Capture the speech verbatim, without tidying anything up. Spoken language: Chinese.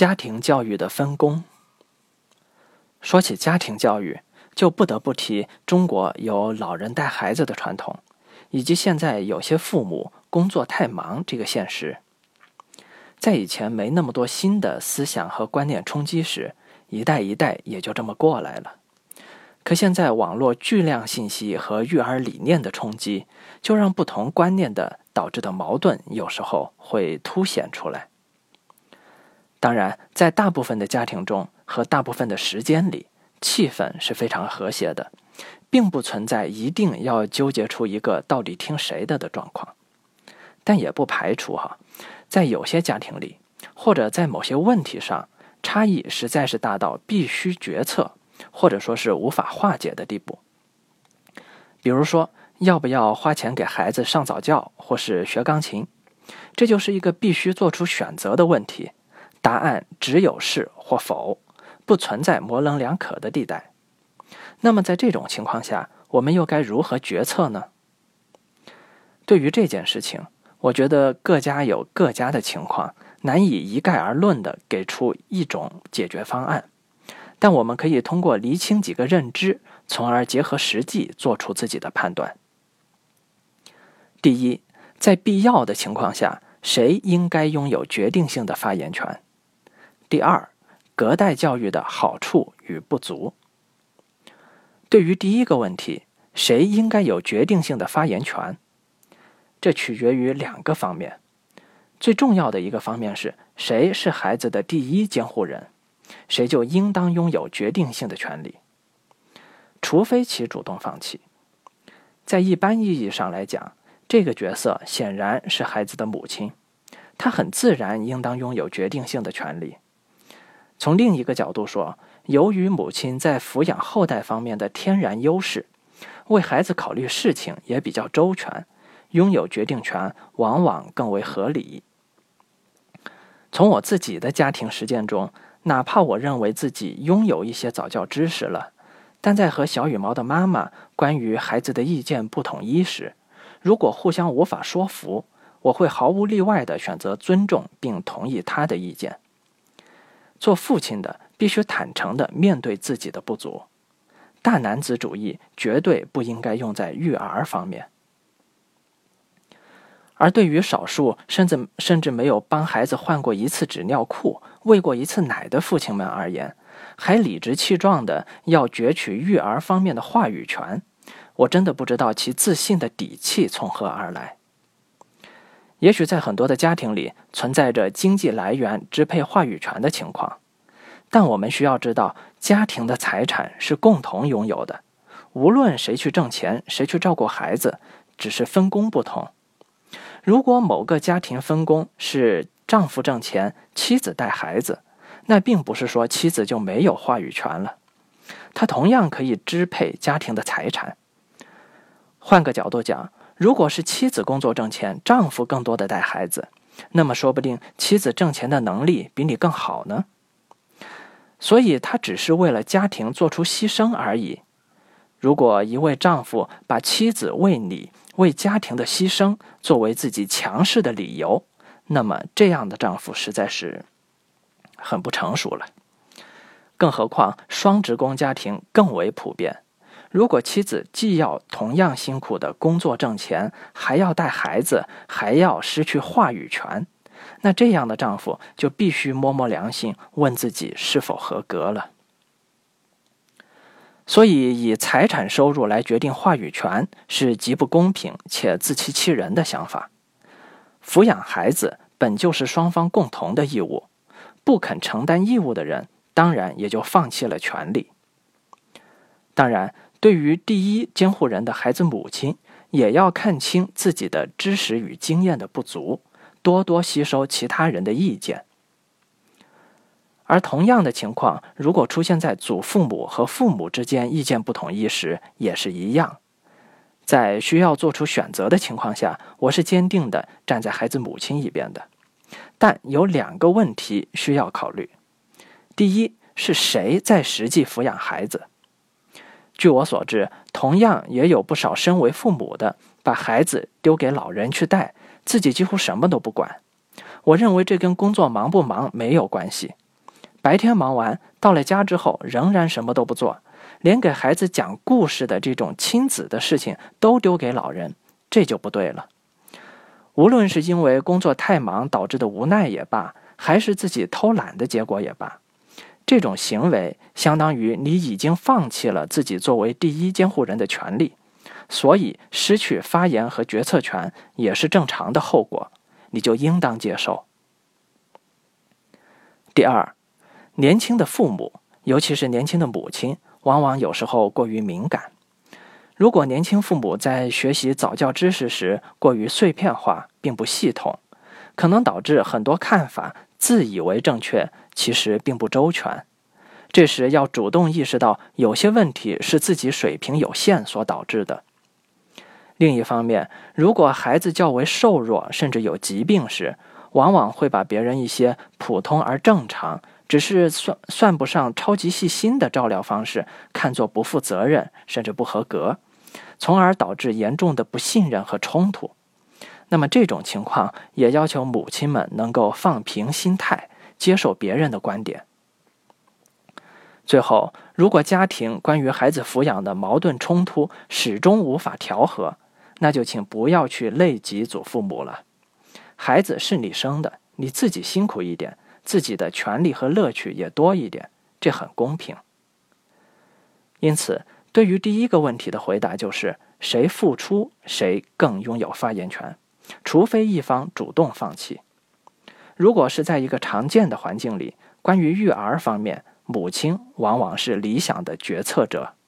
家庭教育的分工。说起家庭教育，就不得不提中国有老人带孩子的传统，以及现在有些父母工作太忙这个现实。在以前没那么多新的思想和观念冲击时，一代一代也就这么过来了。可现在网络巨量信息和育儿理念的冲击，就让不同观念的导致的矛盾有时候会凸显出来。当然，在大部分的家庭中和大部分的时间里，气氛是非常和谐的，并不存在一定要纠结出一个到底听谁的的状况。但也不排除哈，在有些家庭里，或者在某些问题上，差异实在是大到必须决策，或者说是无法化解的地步。比如说，要不要花钱给孩子上早教或是学钢琴，这就是一个必须做出选择的问题，答案只有是或否，不存在模棱两可的地带。那么在这种情况下，我们又该如何决策呢？对于这件事情，我觉得各家有各家的情况，难以一概而论地给出一种解决方案。但我们可以通过厘清几个认知，从而结合实际做出自己的判断。第一，在必要的情况下，谁应该拥有决定性的发言权？第二，隔代教育的好处与不足。对于第一个问题，谁应该有决定性的发言权？这取决于两个方面。最重要的一个方面是，谁是孩子的第一监护人，谁就应当拥有决定性的权利，除非其主动放弃。在一般意义上来讲，这个角色显然是孩子的母亲，她很自然应当拥有决定性的权利。从另一个角度说，由于母亲在抚养后代方面的天然优势，为孩子考虑事情也比较周全，拥有决定权往往更为合理。从我自己的家庭实践中，哪怕我认为自己拥有一些早教知识了，但在和小羽毛的妈妈关于孩子的意见不统一时，如果互相无法说服，我会毫无例外地选择尊重并同意她的意见。做父亲的必须坦诚地面对自己的不足，大男子主义绝对不应该用在育儿方面。而对于少数甚至甚至没有帮孩子换过一次纸尿裤、喂过一次奶的父亲们而言，还理直气壮地要攫取育儿方面的话语权，我真的不知道其自信的底气从何而来。也许在很多的家庭里存在着经济来源支配话语权的情况，但我们需要知道，家庭的财产是共同拥有的，无论谁去挣钱，谁去照顾孩子，只是分工不同。如果某个家庭分工是丈夫挣钱，妻子带孩子，那并不是说妻子就没有话语权了，她同样可以支配家庭的财产。换个角度讲，如果是妻子工作挣钱，丈夫更多的带孩子，那么说不定妻子挣钱的能力比你更好呢。所以她只是为了家庭做出牺牲而已。如果一位丈夫把妻子为你为家庭的牺牲作为自己强势的理由，那么这样的丈夫实在是很不成熟了。更何况双职工家庭更为普遍，如果妻子既要同样辛苦的工作挣钱，还要带孩子，还要失去话语权，那这样的丈夫就必须摸摸良心，问自己是否合格了。所以以财产收入来决定话语权是极不公平且自欺欺人的想法。抚养孩子本就是双方共同的义务，不肯承担义务的人当然也就放弃了权利。当然，对于第一监护人的孩子母亲，也要看清自己的知识与经验的不足，多多吸收其他人的意见。而同样的情况，如果出现在祖父母和父母之间意见不统一时，也是一样。在需要做出选择的情况下，我是坚定地站在孩子母亲一边的。但有两个问题需要考虑。第一，是谁在实际抚养孩子？据我所知，同样也有不少身为父母的，把孩子丢给老人去带，自己几乎什么都不管。我认为这跟工作忙不忙没有关系。 白天忙完，到了家之后仍然什么都不做，连给孩子讲故事的这种亲子的事情都丢给老人，这就不对了。无论是因为工作太忙导致的无奈也罢，还是自己偷懒的结果也罢，这种行为相当于你已经放弃了自己作为第一监护人的权利，所以失去发言和决策权也是正常的后果，你就应当接受。第二，年轻的父母，尤其是年轻的母亲，往往有时候过于敏感。如果年轻父母在学习早教知识时过于碎片化，并不系统，可能导致很多看法自以为正确，其实并不周全。这时要主动意识到有些问题是自己水平有限所导致的。另一方面，如果孩子较为瘦弱，甚至有疾病时，往往会把别人一些普通而正常，只是算算不上超级细心的照料方式看作不负责任，甚至不合格，从而导致严重的不信任和冲突。那么这种情况也要求母亲们能够放平心态，接受别人的观点。最后，如果家庭关于孩子抚养的矛盾冲突始终无法调和，那就请不要去累及祖父母了。孩子是你生的，你自己辛苦一点，自己的权利和乐趣也多一点，这很公平。因此，对于第一个问题的回答就是，谁付出，谁更拥有发言权，除非一方主动放弃。如果是在一个常见的环境里，关于育儿方面，母亲往往是理想的决策者。